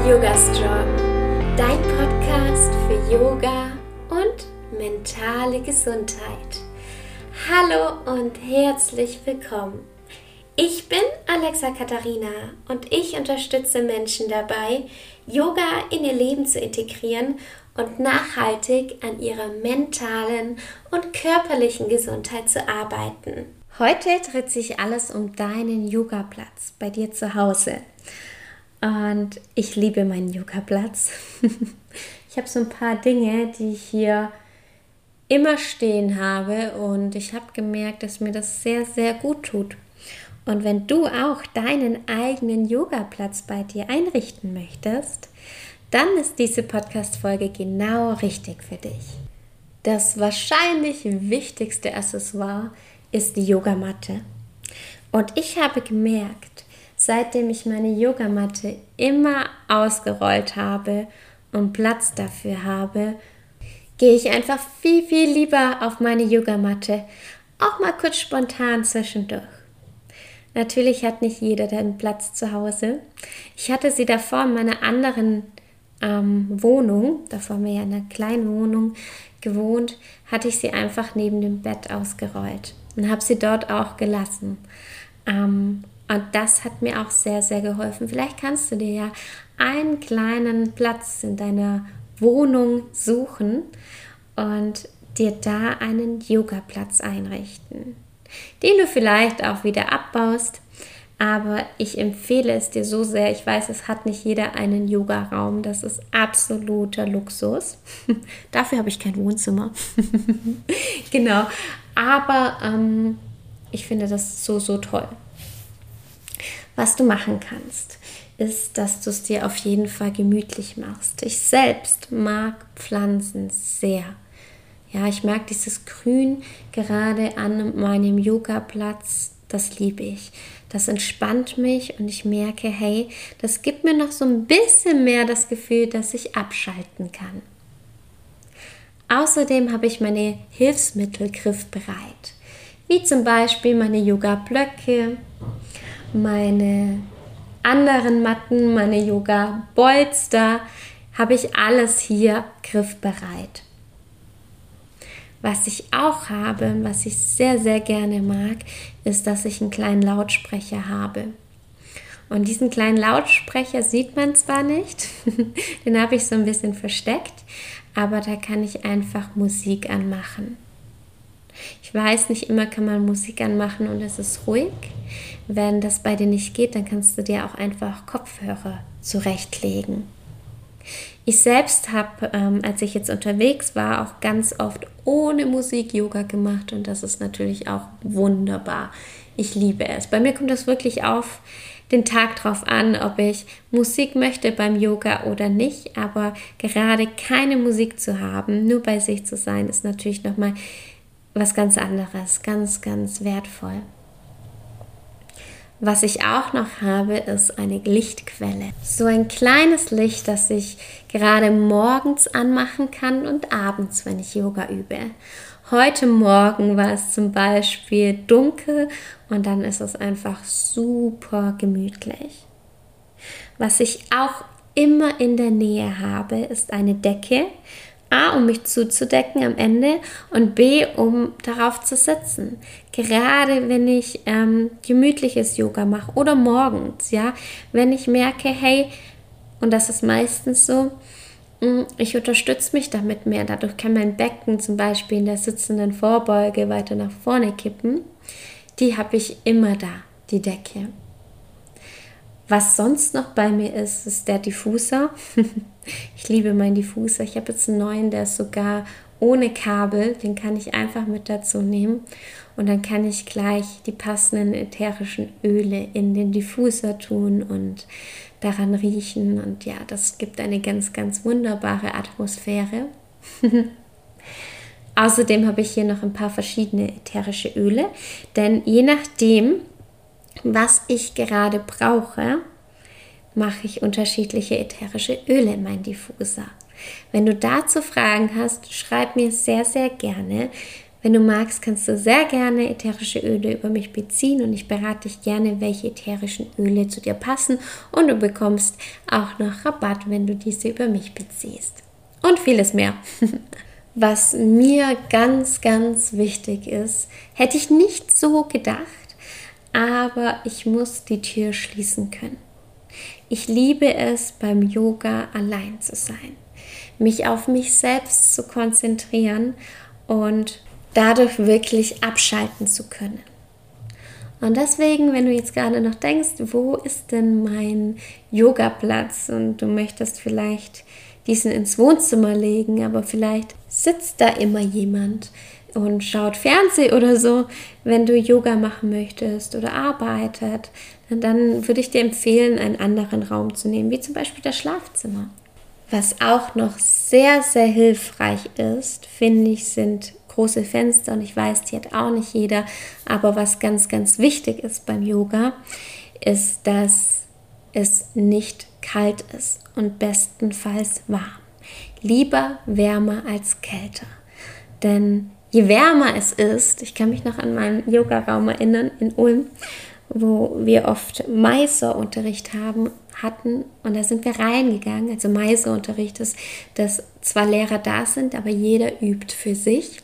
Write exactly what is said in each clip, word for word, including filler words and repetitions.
Yoga Strong, dein Podcast für Yoga und mentale Gesundheit. Hallo und herzlich willkommen. Ich bin Alexa Katharina und ich unterstütze Menschen dabei, Yoga in ihr Leben zu integrieren und nachhaltig an ihrer mentalen und körperlichen Gesundheit zu arbeiten. Heute dreht sich alles um deinen Yogaplatz bei dir zu Hause. Und ich liebe meinen Yogaplatz. Ich habe so ein paar Dinge, die ich hier immer stehen habe und ich habe gemerkt, dass mir das sehr, sehr gut tut. Und wenn du auch deinen eigenen Yogaplatz bei dir einrichten möchtest, dann ist diese Podcast-Folge genau richtig für dich. Das wahrscheinlich wichtigste Accessoire ist die Yogamatte. Und ich habe gemerkt, seitdem ich meine Yogamatte immer ausgerollt habe und Platz dafür habe, gehe ich einfach viel, viel lieber auf meine Yogamatte, auch mal kurz spontan zwischendurch. Natürlich hat nicht jeder den Platz zu Hause. Ich hatte sie davor in meiner anderen ähm, Wohnung, davor haben wir ja in einer kleinen Wohnung gewohnt, hatte ich sie einfach neben dem Bett ausgerollt und habe sie dort auch gelassen. Ähm, Und das hat mir auch sehr, sehr geholfen. Vielleicht kannst du dir ja einen kleinen Platz in deiner Wohnung suchen und dir da einen Yogaplatz einrichten, den du vielleicht auch wieder abbaust. Aber ich empfehle es dir so sehr. Ich weiß, es hat nicht jeder einen Yogaraum. Das ist absoluter Luxus. Dafür habe ich kein Wohnzimmer. Genau. Aber ähm, ich finde das so, so toll. Was du machen kannst, ist, dass du es dir auf jeden Fall gemütlich machst. Ich selbst mag Pflanzen sehr. Ja, ich mag dieses Grün gerade an meinem Yogaplatz, das liebe ich. Das entspannt mich und ich merke, hey, das gibt mir noch so ein bisschen mehr das Gefühl, dass ich abschalten kann. Außerdem habe ich meine Hilfsmittel griffbereit, wie zum Beispiel meine Yoga-Blöcke, meine anderen Matten, meine Yoga-Bolster, habe ich alles hier griffbereit. Was ich auch habe und was ich sehr, sehr gerne mag, ist, dass ich einen kleinen Lautsprecher habe. Und diesen kleinen Lautsprecher sieht man zwar nicht, den habe ich so ein bisschen versteckt, aber da kann ich einfach Musik anmachen. Ich weiß, nicht immer kann man Musik anmachen und es ist ruhig. Wenn das bei dir nicht geht, dann kannst du dir auch einfach Kopfhörer zurechtlegen. Ich selbst habe, ähm, als ich jetzt unterwegs war, auch ganz oft ohne Musik Yoga gemacht und das ist natürlich auch wunderbar. Ich liebe es. Bei mir kommt das wirklich auf den Tag drauf an, ob ich Musik möchte beim Yoga oder nicht, aber gerade keine Musik zu haben, nur bei sich zu sein, ist natürlich nochmal was ganz anderes, ganz, ganz wertvoll. Was ich auch noch habe, ist eine Lichtquelle. So ein kleines Licht, das ich gerade morgens anmachen kann und abends, wenn ich Yoga übe. Heute Morgen war es zum Beispiel dunkel und dann ist es einfach super gemütlich. Was ich auch immer in der Nähe habe, ist eine Decke. A, um mich zuzudecken am Ende und B, um darauf zu sitzen. Gerade wenn ich ähm, gemütliches Yoga mache oder morgens, ja, wenn ich merke, hey, und das ist meistens so, ich unterstütze mich damit mehr. Dadurch kann mein Becken zum Beispiel in der sitzenden Vorbeuge weiter nach vorne kippen. Die habe ich immer da, die Decke. Was sonst noch bei mir ist, ist der Diffuser. Ich liebe meinen Diffuser. Ich habe jetzt einen neuen, der ist sogar ohne Kabel. Den kann ich einfach mit dazu nehmen. Und dann kann ich gleich die passenden ätherischen Öle in den Diffuser tun und daran riechen. Und ja, das gibt eine ganz, ganz wunderbare Atmosphäre. Außerdem habe ich hier noch ein paar verschiedene ätherische Öle. Denn je nachdem, was ich gerade brauche, mache ich unterschiedliche ätherische Öle in meinen Diffuser. Wenn du dazu Fragen hast, schreib mir sehr, sehr gerne. Wenn du magst, kannst du sehr gerne ätherische Öle über mich beziehen und ich berate dich gerne, welche ätherischen Öle zu dir passen und du bekommst auch noch Rabatt, wenn du diese über mich beziehst. Und vieles mehr. Was mir ganz, ganz wichtig ist, hätte ich nicht so gedacht, aber ich muss die Tür schließen können. Ich liebe es, beim Yoga allein zu sein, mich auf mich selbst zu konzentrieren und dadurch wirklich abschalten zu können. Und deswegen, wenn du jetzt gerade noch denkst, wo ist denn mein Yogaplatz und du möchtest vielleicht diesen ins Wohnzimmer legen, aber vielleicht sitzt da immer jemand und schaut Fernsehen oder so, wenn du Yoga machen möchtest oder arbeitet, dann würde ich dir empfehlen, einen anderen Raum zu nehmen, wie zum Beispiel das Schlafzimmer. Was auch noch sehr, sehr hilfreich ist, finde ich, sind große Fenster und ich weiß, die hat auch nicht jeder, aber was ganz, ganz wichtig ist beim Yoga, ist, dass es nicht kalt ist und bestenfalls warm. Lieber wärmer als kälter, denn je wärmer es ist, ich kann mich noch an meinen Yogaraum erinnern in Ulm, wo wir oft Meißer-Unterricht haben, hatten und da sind wir reingegangen. Also Meißer-Unterricht ist, dass zwar Lehrer da sind, aber jeder übt für sich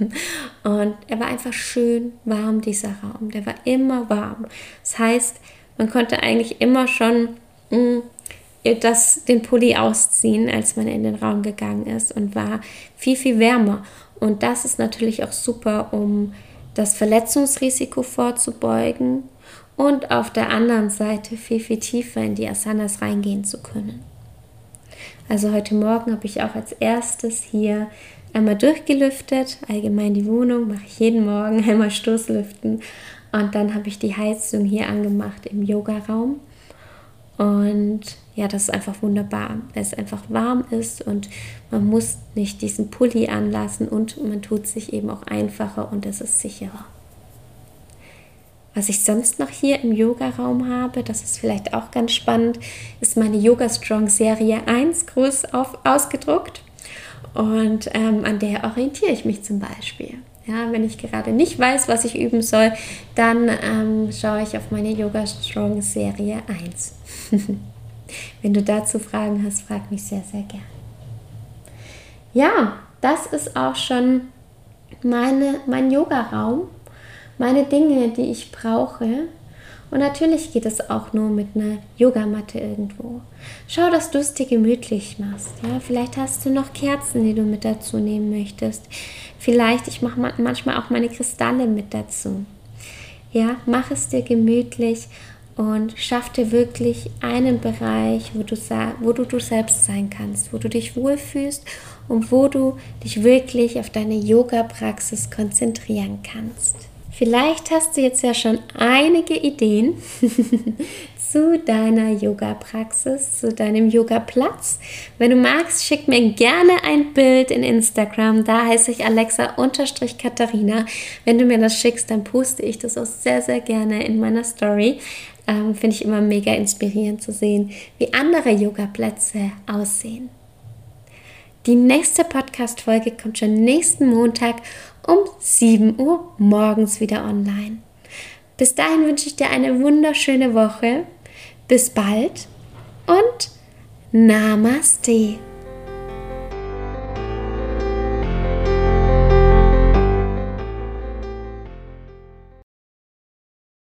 und er war einfach schön warm, dieser Raum. Der war immer warm. Das heißt, man konnte eigentlich immer schon mh, das, den Pulli ausziehen, als man in den Raum gegangen ist und war viel, viel wärmer. Und das ist natürlich auch super, um das Verletzungsrisiko vorzubeugen und auf der anderen Seite viel, viel tiefer in die Asanas reingehen zu können. Also heute Morgen habe ich auch als erstes hier einmal durchgelüftet, allgemein die Wohnung, mache ich jeden Morgen einmal Stoßlüften und dann habe ich die Heizung hier angemacht im Yogaraum und ja, das ist einfach wunderbar, weil es einfach warm ist und man muss nicht diesen Pulli anlassen und man tut sich eben auch einfacher und es ist sicherer. Was ich sonst noch hier im Yogaraum habe, das ist vielleicht auch ganz spannend, ist meine Yoga Strong Serie eins groß auf, ausgedruckt und ähm, an der orientiere ich mich zum Beispiel. Ja, wenn ich gerade nicht weiß, was ich üben soll, dann ähm, schaue ich auf meine Yoga Strong Serie eins. Wenn du dazu Fragen hast, frag mich sehr, sehr gern. Ja, das ist auch schon meine, mein Yogaraum. Meine Dinge, die ich brauche. Und natürlich geht es auch nur mit einer Yogamatte irgendwo. Schau, dass du es dir gemütlich machst. Ja? Vielleicht hast du noch Kerzen, die du mit dazu nehmen möchtest. Vielleicht, ich mache manchmal auch meine Kristalle mit dazu. Ja, mach es dir gemütlich und schaff dir wirklich einen Bereich, wo du, wo du du selbst sein kannst, wo du dich wohlfühlst und wo du dich wirklich auf deine Yoga-Praxis konzentrieren kannst. Vielleicht hast du jetzt ja schon einige Ideen zu deiner Yoga-Praxis, zu deinem Yoga-Platz. Wenn du magst, schick mir gerne ein Bild in Instagram. Da heiße ich Alexa-Katharina. Wenn du mir das schickst, dann poste ich das auch sehr, sehr gerne in meiner Story. Ähm, finde ich immer mega inspirierend zu sehen, wie andere Yoga-Plätze aussehen. Die nächste Podcast-Folge kommt schon nächsten Montag um sieben Uhr morgens wieder online. Bis dahin wünsche ich dir eine wunderschöne Woche. Bis bald und Namaste.